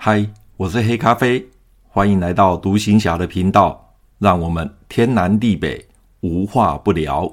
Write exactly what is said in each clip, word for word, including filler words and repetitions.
嗨，我是黑咖啡，欢迎来到独行侠的频道，让我们天南地北无话不聊。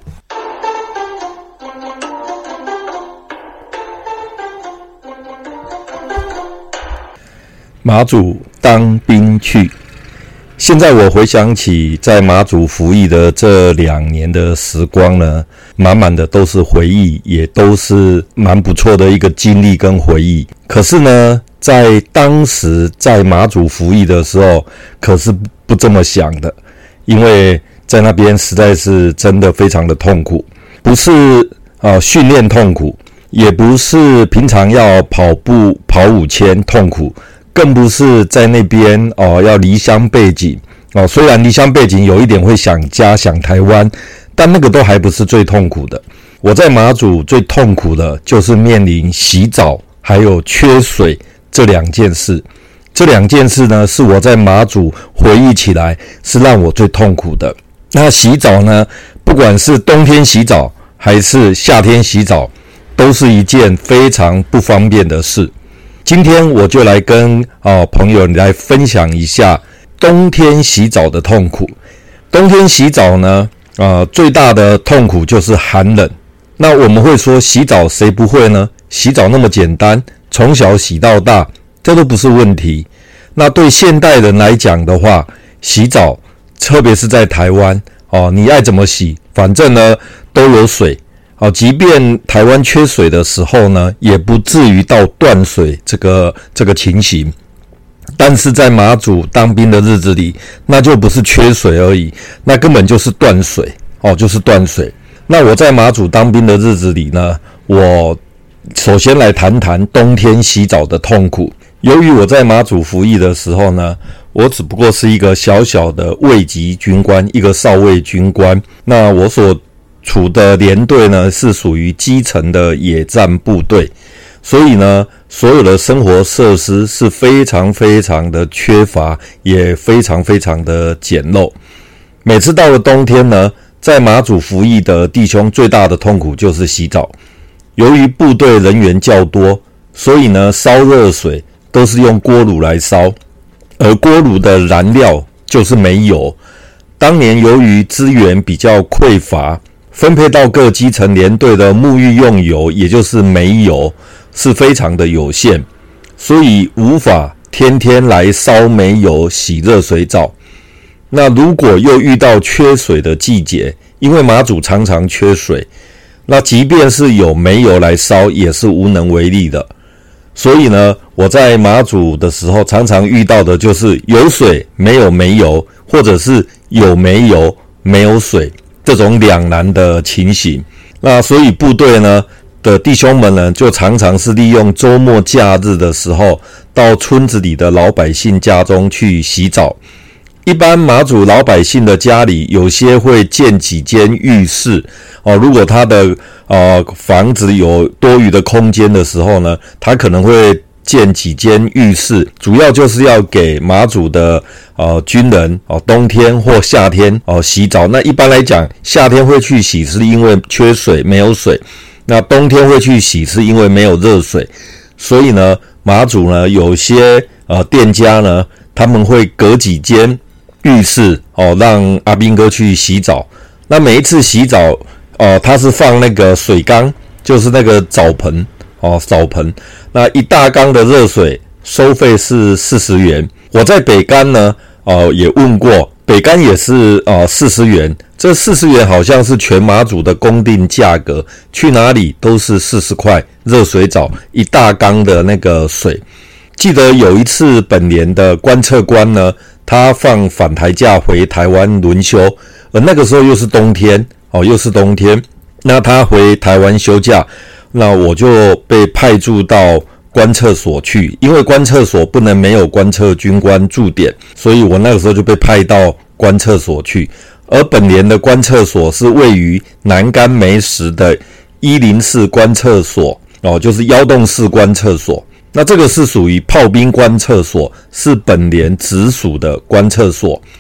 马祖当兵去，现在我回想起在马祖服役的这两年的时光呢，满满的都是回忆，也都是蛮不错的一个经历跟回忆。可是呢，在当时在马祖服役的时候，可是不这么想的，因为在那边实在是真的非常的痛苦，不是啊训练痛苦，也不是平常要跑步跑五千痛苦。更不是在那边哦，要离乡背井哦。虽然离乡背井有一点会想家想台湾，但那个都还不是最痛苦的。我在马祖最痛苦的就是面临洗澡还有缺水这两件事。这两件事呢，是我在马祖回忆起来是让我最痛苦的。那洗澡呢，不管是冬天洗澡还是夏天洗澡，都是一件非常不方便的事。今天我就来跟啊朋友来分享一下冬天洗澡的痛苦。冬天洗澡呢，啊最大的痛苦就是寒冷。那我们会说洗澡谁不会呢？洗澡那么简单，从小洗到大，这都不是问题。那对现代人来讲的话，洗澡特别是在台湾哦，你爱怎么洗，反正呢都有水。好，即便台湾缺水的时候呢，也不至于到断水这个这个情形。但是在马祖当兵的日子里，那就不是缺水而已，那根本就是断水哦，就是断水。那我在马祖当兵的日子里呢，我首先来谈谈冬天洗澡的痛苦。由于我在马祖服役的时候呢，我只不过是一个小小的尉级军官，一个少尉军官。那我所处的连队呢是属于基层的野战部队，所以呢所有的生活设施是非常非常的缺乏，也非常非常的简陋。每次到了冬天呢，在马祖服役的弟兄最大的痛苦就是洗澡。由于部队人员较多，所以呢烧热水都是用锅炉来烧，而锅炉的燃料就是煤油。当年由于资源比较匮乏，分配到各基层连队的沐浴用油，也就是煤油，是非常的有限，所以无法天天来烧煤油洗热水澡。那如果又遇到缺水的季节，因为马祖常常缺水，那即便是有煤油来烧，也是无能为力的。所以呢，我在马祖的时候，常常遇到的就是有水没有煤油，或者是有煤油没有水，这种两难的情形。那所以部队呢的弟兄们呢，就常常是利用周末假日的时候，到村子里的老百姓家中去洗澡。一般马祖老百姓的家里，有些会建几间浴室哦。如果他的呃房子有多余的空间的时候呢，他可能会建几间浴室，主要就是要给马祖的呃军人哦，冬天或夏天哦洗澡。那一般来讲，夏天会去洗是因为缺水没有水，那冬天会去洗是因为没有热水。所以呢，马祖呢有些呃店家呢，他们会隔几间浴室哦，让阿兵哥去洗澡。那每一次洗澡哦，他是放那个水缸，就是那个澡盆哦，澡盆。那一大缸的热水收费是四十元。我在北竿呢，哦也问过，北竿也是哦四十元。这四十元好像是全马祖的公定价格，去哪里都是四十块热水澡，一大缸的那个水。记得有一次本连的观测官呢，他放返台假回台湾轮休，而那个时候又是冬天哦，又是冬天。那他回台湾休假，那我就被派驻到观测所去，因为观测所不能没有观测军官驻点，所以我那个时候就被派到观测所去。而本连的观测所是位于南竿梅石的一零四观测所哦，就是幺洞四观测所。那这个是属于炮兵观测所，是本连直属的观测所。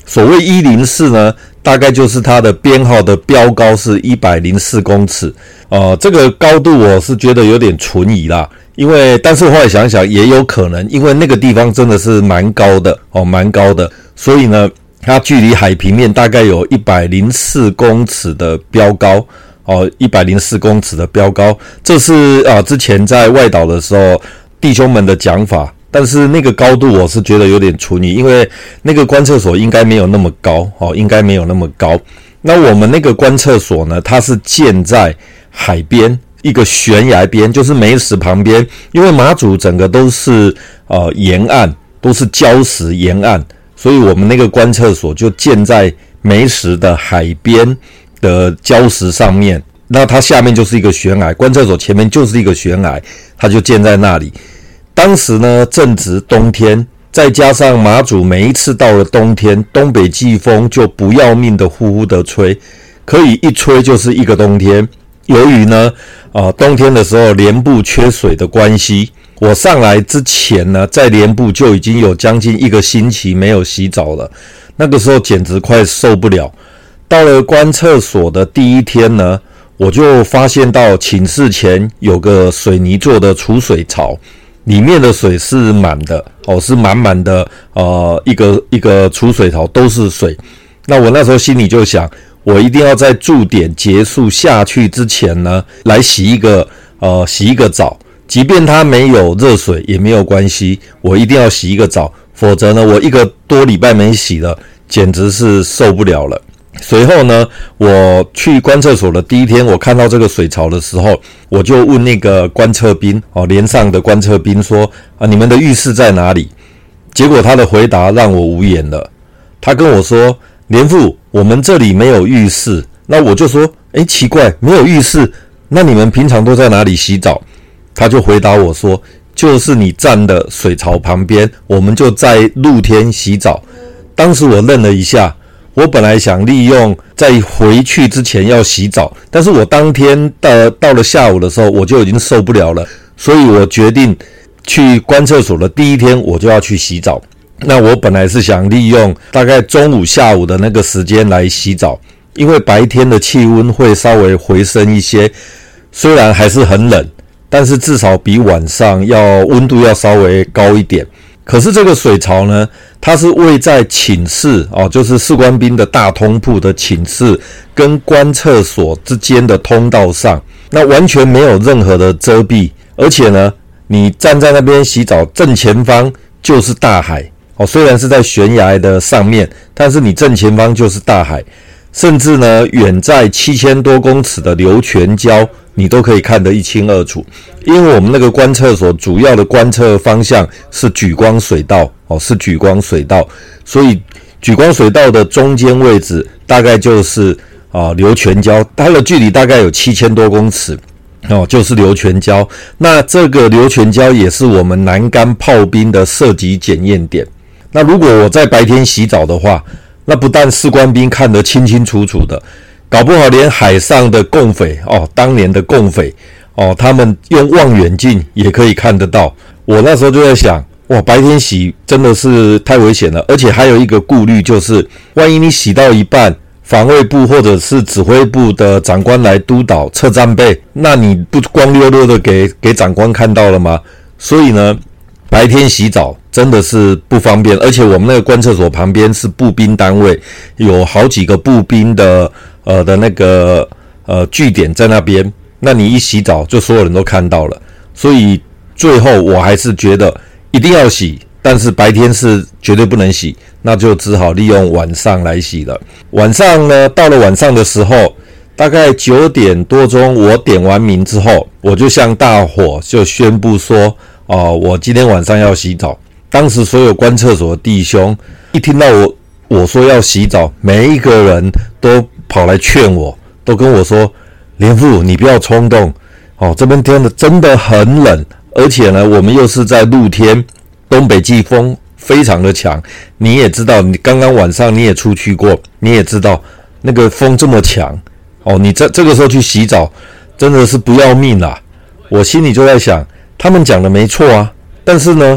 所谓一零四呢，大概就是它的编号的标高是一百零四公尺。呃，这个高度我是觉得有点存疑啦，因为但是后来想想也有可能，因为那个地方真的是蛮高的哦，蛮高的，所以呢，它距离海平面大概有一百零四公尺的标高哦，一百零四公尺的标高，这是啊之前在外岛的时候弟兄们的讲法。但是那个高度我是觉得有点存疑，因为那个观测所应该没有那么高哦，应该没有那么高。那我们那个观测所呢，它是建在海边一个悬崖边，就是梅石旁边，因为马祖整个都是呃沿岸，都是礁石沿岸，所以我们那个观测所就建在梅石的海边的礁石上面。那它下面就是一个悬崖，观测所前面就是一个悬崖，它就建在那里。当时呢正值冬天，再加上马祖每一次到了冬天，东北季风就不要命的呼呼的吹，可以一吹就是一个冬天。由于呢呃冬天的时候连部缺水的关系，我上来之前呢在连部就已经有将近一个星期没有洗澡了，那个时候简直快受不了。到了观测所的第一天呢，我就发现到寝室前有个水泥做的储水槽，里面的水是满的哦，是满满的呃一个一个储水槽都是水。那我那时候心里就想，我一定要在驻点结束下去之前呢，来洗一个呃洗一个澡，即便它没有热水也没有关系，我一定要洗一个澡，否则呢，我一个多礼拜没洗了，简直是受不了了。随后呢，我去观测所的第一天，我看到这个水槽的时候，我就问那个观测兵哦，连上的观测兵说啊，你们的浴室在哪里？结果他的回答让我无言了。他跟我说，连副，我们这里没有浴室。那我就说，诶，奇怪，没有浴室，那你们平常都在哪里洗澡？他就回答我说，就是你站的水槽旁边，我们就在露天洗澡。当时我愣了一下。我本来想利用在回去之前要洗澡，但是我当天到到了下午的时候，我就已经受不了了，所以我决定去观测所的第一天我就要去洗澡。那我本来是想利用大概中午下午的那个时间来洗澡，因为白天的气温会稍微回升一些，虽然还是很冷，但是至少比晚上要温度要稍微高一点。可是这个水槽呢，它是位在寝室哦，就是士官兵的大通铺的寝室跟观测所之间的通道上，那完全没有任何的遮蔽，而且呢，你站在那边洗澡，正前方就是大海哦，虽然是在悬崖的上面，但是你正前方就是大海，甚至呢，远在七千多公尺的流泉礁，你都可以看得一清二楚。因为我们那个观测所主要的观测方向是莒光水道哦，是莒光水道，所以莒光水道的中间位置大概就是啊流泉礁，它的距离大概有七千多公尺哦，就是流泉礁。那这个流泉礁也是我们南竿炮兵的射击检验点。那如果我在白天洗澡的话，那不但士官兵看得清清楚楚的，搞不好连海上的共匪哦，当年的共匪哦，他们用望远镜也可以看得到。我那时候就在想，哇，白天洗真的是太危险了，而且还有一个顾虑就是，万一你洗到一半，防卫部或者是指挥部的长官来督导撤战备，那你不光溜溜的给给长官看到了吗？所以呢，白天洗澡真的是不方便，而且我们那个观测所旁边是步兵单位，有好几个步兵的呃的那个呃据点在那边，那你一洗澡就所有人都看到了，所以最后我还是觉得一定要洗，但是白天是绝对不能洗，那就只好利用晚上来洗了。晚上呢，到了晚上的时候，大概九点多钟，我点完名之后，我就向大伙就宣布说，哦，我今天晚上要洗澡。当时所有观测所的弟兄一听到我我说要洗澡，每一个人都跑来劝我，都跟我说，连副你不要冲动哦，这边天的真的很冷，而且呢，我们又是在露天，东北季风非常的强，你也知道，你刚刚晚上你也出去过，你也知道那个风这么强哦，你在这个时候去洗澡真的是不要命啦。我心里就在想，他们讲的没错啊，但是呢，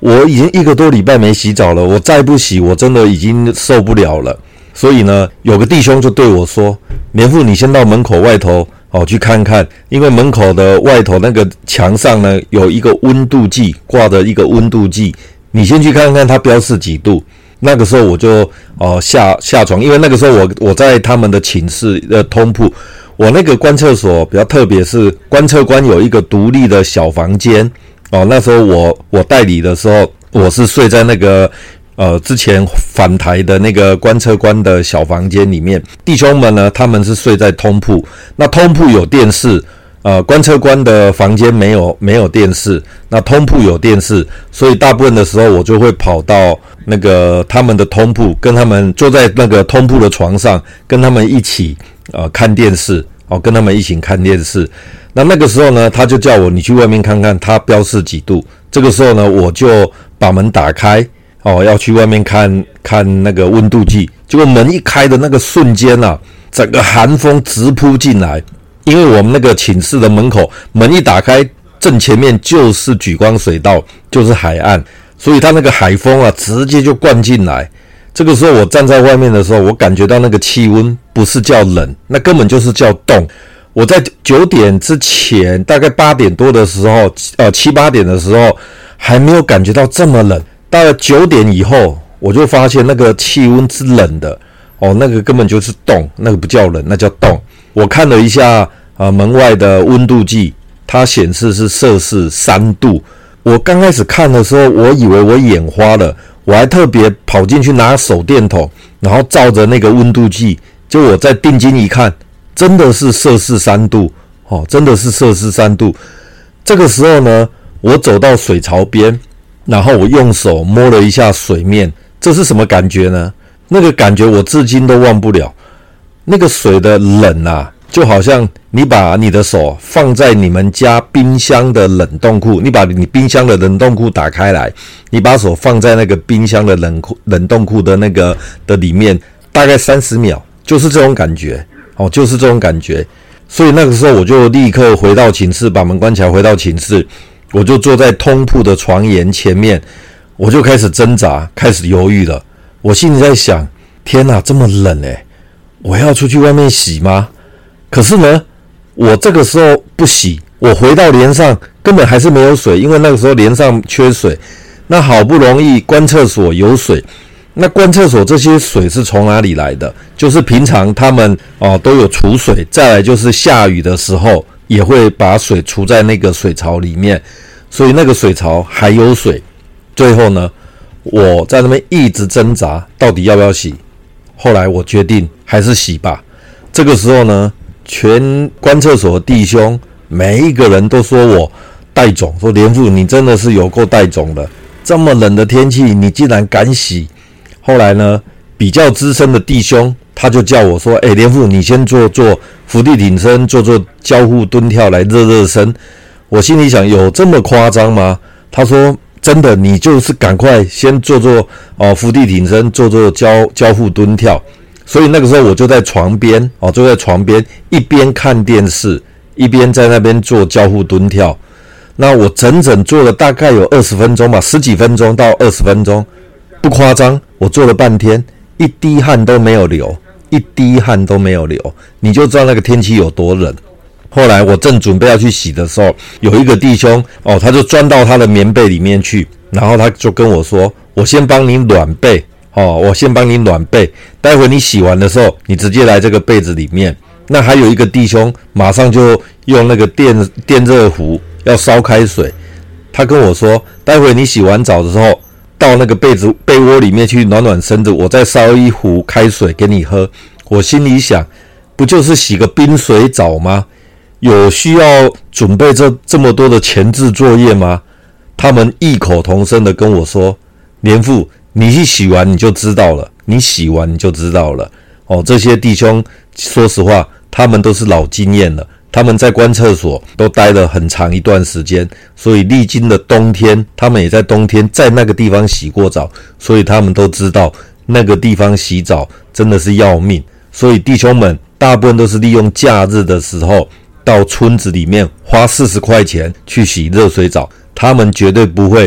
我已经一个多礼拜没洗澡了，我再不洗我真的已经受不了了。所以呢，有个弟兄就对我说，连父你先到门口外头哦去看看，因为门口的外头那个墙上呢有一个温度计，挂着一个温度计，你先去看看它标示几度。那个时候我就哦、呃、下下床，因为那个时候我我在他们的寝室的通铺，我那个观测所比较特别，是观测官有一个独立的小房间哦。那时候我我代理的时候，我是睡在那个呃之前返台的那个观测官的小房间里面，弟兄们呢他们是睡在通铺，那通铺有电视。呃，观测官的房间没有没有电视，那通铺有电视，所以大部分的时候我就会跑到那个他们的通铺，跟他们坐在那个通铺的床上，跟他们一起呃看电视，哦，跟他们一起看电视。那那个时候呢，他就叫我你去外面看看，它标示几度。这个时候呢，我就把门打开，哦，要去外面看看那个温度计。结果门一开的那个瞬间啊，整个寒风直扑进来。因为我们那个寝室的门口门一打开，正前面就是莒光水道，就是海岸，所以它那个海风啊直接就灌进来。这个时候我站在外面的时候，我感觉到那个气温不是叫冷，那根本就是叫冻。我在九点之前，大概八点多的时候，呃七八点的时候还没有感觉到这么冷，到了九点以后，我就发现那个气温是冷的，哦，那个根本就是冻，那个不叫冷，那叫冻。我看了一下呃门外的温度计，它显示是摄氏三度。我刚开始看的时候，我以为我眼花了，我还特别跑进去拿手电筒，然后照着那个温度计，结果我再定睛一看，真的是摄氏三度，哦，真的是摄氏三度。这个时候呢，我走到水槽边，然后我用手摸了一下水面，这是什么感觉呢？那个感觉我至今都忘不了。那个水的冷啊，就好像你把你的手放在你们家冰箱的冷冻库，你把你冰箱的冷冻库打开来，你把手放在那个冰箱的冷库冷冻库的那个的里面，大概三十秒，就是这种感觉，哦，就是这种感觉。所以那个时候我就立刻回到寝室，把门关起来，回到寝室，我就坐在通铺的床沿前面，我就开始挣扎，开始犹豫了。我心里在想，天哪，这么冷欸，我要出去外面洗吗？可是呢，我这个时候不洗，我回到连上根本还是没有水，因为那个时候连上缺水。那好不容易观测所有水，那观测所这些水是从哪里来的？就是平常他们哦都有储水，再来就是下雨的时候也会把水储在那个水槽里面，所以那个水槽还有水。最后呢，我在那边一直挣扎，到底要不要洗？后来我决定还是洗吧。这个时候呢，全观测所的弟兄每一个人都说我带种，说连父你真的是有够带种的，这么冷的天气你竟然敢洗。后来呢，比较资深的弟兄他就叫我说，诶，连父你先做做伏地挺身，做做交互蹲跳来热热身。我心里想，有这么夸张吗？他说真的，你就是赶快先做做哦伏地挺身，做做交交互蹲跳。所以那个时候我就在床边哦，就在床边一边看电视，一边在那边做交互蹲跳。那我整整做了大概有二十分钟吧，十几分钟到二十分钟，不夸张，我做了半天，一滴汗都没有流，一滴汗都没有流，你就知道那个天气有多冷。后来我正准备要去洗的时候，有一个弟兄哦，他就钻到他的棉被里面去，然后他就跟我说，我先帮你暖被哦，我先帮你暖被，待会你洗完的时候，你直接来这个被子里面。那还有一个弟兄马上就用那个电电热壶要烧开水，他跟我说，待会你洗完澡的时候，到那个被子被窝里面去暖暖身子，我再烧一壶开水给你喝。我心里想，不就是洗个冰水澡吗？有需要准备这这么多的前置作业吗？他们异口同声的跟我说，连父你去洗完你就知道了，你洗完你就知道了。哦，这些弟兄说实话他们都是老经验了，他们在观测所都待了很长一段时间，所以历经了冬天，他们也在冬天在那个地方洗过澡，所以他们都知道那个地方洗澡真的是要命。所以弟兄们大部分都是利用假日的时候到村子里面花四十块钱去洗热水澡，他们绝对不会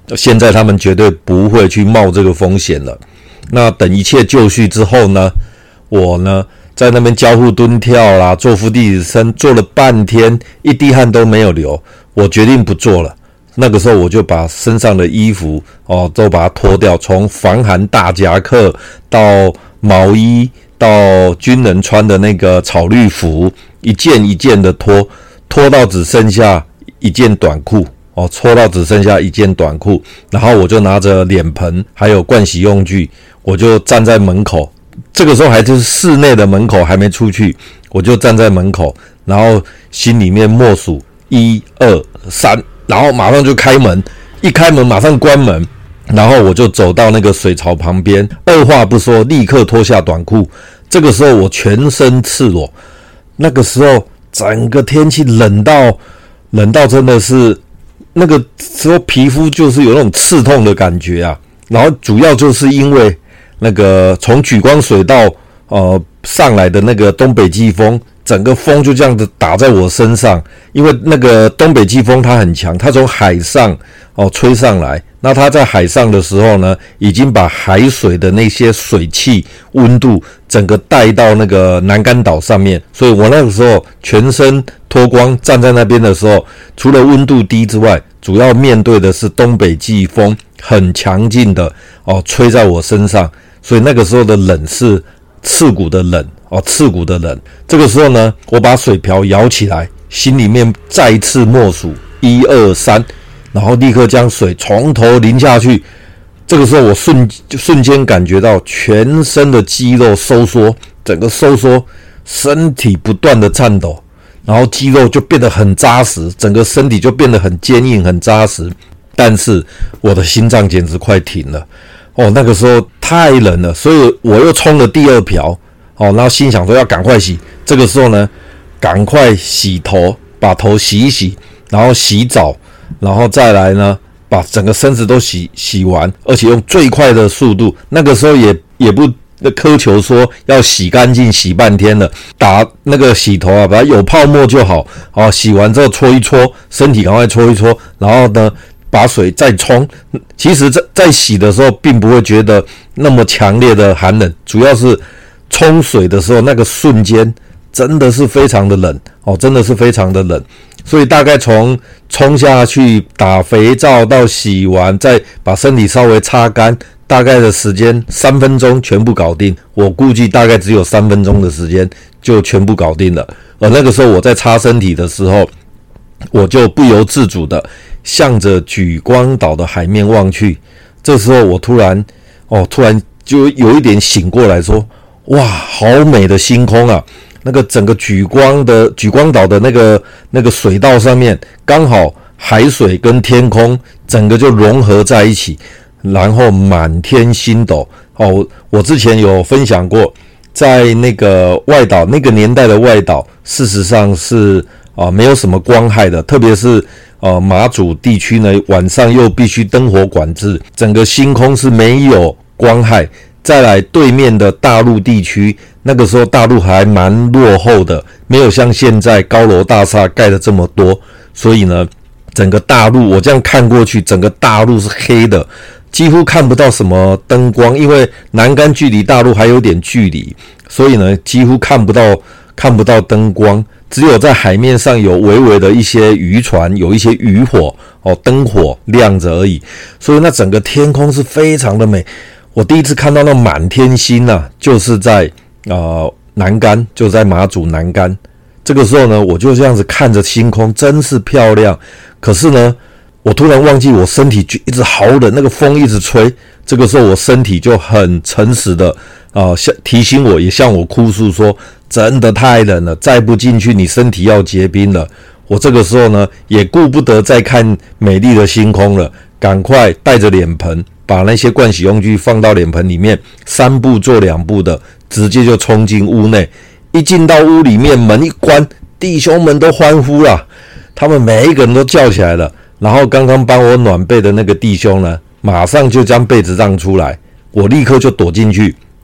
现在他们绝对不会去冒这个风险了。那等一切就绪之后呢，我呢在那边交互蹲跳啦，做伏地挺身，做了半天，一滴汗都没有流，我决定不做了。那个时候我就把身上的衣服哦都把它脱掉，从防寒大夹克到毛衣到军人穿的那个草绿服，一件一件的脱，脱到只剩下一件短裤哦，脱到只剩下一件短裤，然后我就拿着脸盆还有盥洗用具，我就站在门口。这个时候还就是室内的门口，还没出去，我就站在门口，然后心里面默数一二三，然后马上就开门，一开门马上关门，然后我就走到那个水槽旁边，二话不说立刻脱下短裤。这个时候我全身赤裸，那个时候整个天气冷到冷到真的是那个时候皮肤就是有那种刺痛的感觉啊。然后主要就是因为那个从莒光水道呃上来的那个东北季风，整个风就这样子打在我身上。因为那个东北季风它很强，它从海上哦吹上来，那它在海上的时候呢，已经把海水的那些水汽温度整个带到那个南竿岛上面，所以我那个时候全身脱光站在那边的时候，除了温度低之外，主要面对的是东北季风很强劲的哦吹在我身上，所以那个时候的冷是刺骨的冷哦，刺骨的冷。这个时候呢，我把水瓢舀起来，心里面再一次默数一二三，然后立刻将水从头淋下去。这个时候我瞬瞬间感觉到全身的肌肉收缩，整个收缩，身体不断的颤抖，然后肌肉就变得很扎实，整个身体就变得很坚硬很扎实。但是我的心脏简直快停了哦，那个时候太冷了，所以我又冲了第二瓢哦，然后心想说要赶快洗。这个时候呢，赶快洗头，把头洗一洗，然后洗澡，然后再来呢，把整个身子都洗洗完，而且用最快的速度。那个时候也也不苛求说要洗干净，洗半天了，打那个洗头啊，把它有泡沫就好哦。洗完之后搓一搓，身体赶快搓一搓，然后呢，把水再冲。其实在在洗的时候，并不会觉得那么强烈的寒冷，主要是冲水的时候那个瞬间真的是非常的冷哦，真的是非常的冷。所以大概从冲下去打肥皂到洗完，再把身体稍微擦干，大概的时间三分钟全部搞定。我估计大概只有三分钟的时间就全部搞定了。而那个时候我在擦身体的时候，我就不由自主的向着莒光岛的海面望去。这时候我突然哦，突然就有一点醒过来说，哇，好美的星空啊！那个整个莒光的莒光岛的那个那个水道上面，刚好海水跟天空整个就融合在一起，然后满天星斗。哦，我之前有分享过，在那个外岛那个年代的外岛，事实上是啊、呃、没有什么光害的，特别是呃马祖地区呢，晚上又必须灯火管制，整个星空是没有光害。再来对面的大陆地区，那个时候大陆还蛮落后的，没有像现在高楼大厦盖的这么多，所以呢，整个大陆我这样看过去，整个大陆是黑的，几乎看不到什么灯光，因为南竿距离大陆还有点距离，所以呢，几乎看不到看不到灯光，只有在海面上有微微的一些渔船，有一些渔火哦，灯火亮着而已，所以那整个天空是非常的美。我第一次看到那满天星啊，就是在呃南竿，就在马祖南竿。这个时候呢，我就这样子看着星空，真是漂亮。可是呢，我突然忘记我身体就一直好冷，那个风一直吹。这个时候我身体就很诚实的啊、呃、提醒我，也向我哭诉说，真的太冷了，再不进去你身体要结冰了。我这个时候呢，也顾不得再看美丽的星空了，赶快带着脸盆，把那些盥洗用具放到脸盆里面，三步做两步的，直接就冲进屋内。一进到屋里面，门一关，弟兄们都欢呼了，他们每一个人都叫起来了。然后刚刚帮我暖被的那个弟兄呢，马上就将被子让出来，我立刻就躲进去。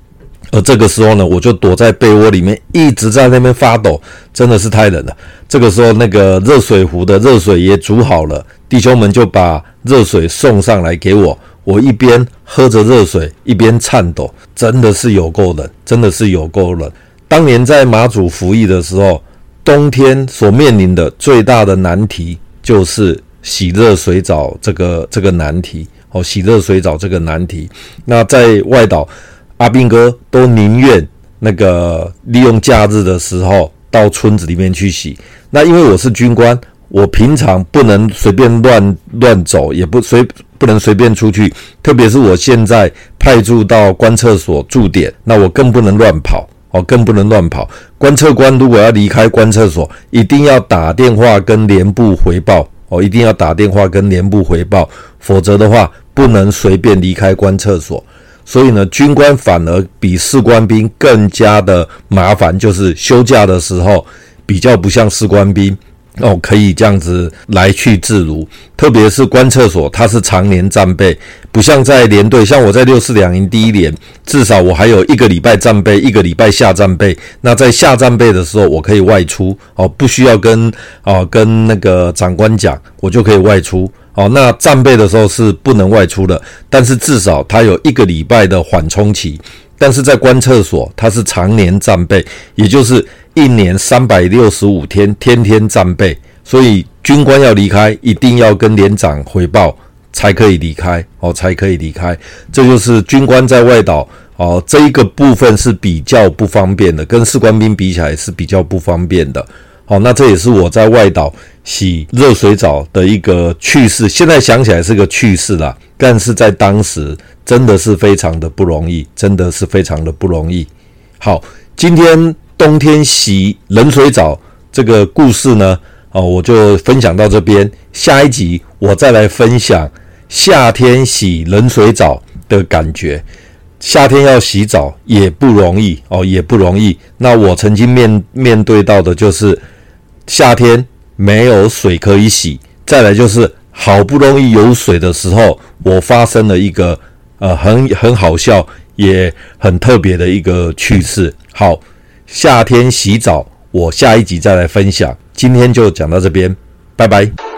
而这个时候呢，我就躲在被窝里面，一直在那边发抖，真的是太冷了。这个时候，那个热水壶的热水也煮好了，弟兄们就把热水送上来给我。我一边喝着热水，一边颤抖，真的是有够冷，真的是有够冷。当年在马祖服役的时候，冬天所面临的最大的难题就是洗热水澡这个这个难题。哦，洗热水澡这个难题。那在外岛，阿兵哥都宁愿那个利用假日的时候到村子里面去洗。那因为我是军官，我平常不能随便乱乱走，也不随不能随便出去。特别是我现在派驻到观测所驻点，那我更不能乱跑。哦，更不能乱跑。观测官如果要离开观测所，一定要打电话跟连部回报。哦，一定要打电话跟连部回报，否则的话不能随便离开观测所。所以呢，军官反而比士官兵更加的麻烦，就是休假的时候比较不像士官兵哦，可以这样子来去自如。特别是观测所，它是常年战备，不像在连队，像我在六四两营第一连，至少我还有一个礼拜战备，一个礼拜下战备。那在下战备的时候，我可以外出哦，不需要跟哦跟那个长官讲，我就可以外出。哦，那战备的时候是不能外出的，但是至少它有一个礼拜的缓冲期。但是在观测所，它是常年战备，也就是一年三百六十五天，天天战备。所以军官要离开，一定要跟连长回报才可以离开，哦，才可以离开。这就是军官在外岛哦，这一个部分是比较不方便的，跟士官兵比起来是比较不方便的。好，那这也是我在外岛洗热水澡的一个趣事，现在想起来是个趣事啦，但是在当时真的是非常的不容易，真的是非常的不容易。好，今天冬天洗冷水澡这个故事呢，哦，我就分享到这边，下一集我再来分享夏天洗冷水澡的感觉。夏天要洗澡也不容易哦，也不容易。那我曾经面面对到的就是夏天没有水可以洗，再来就是好不容易有水的时候，我发生了一个呃很很好笑也很特别的一个趣事。好，夏天洗澡我下一集再来分享，今天就讲到这边，拜拜。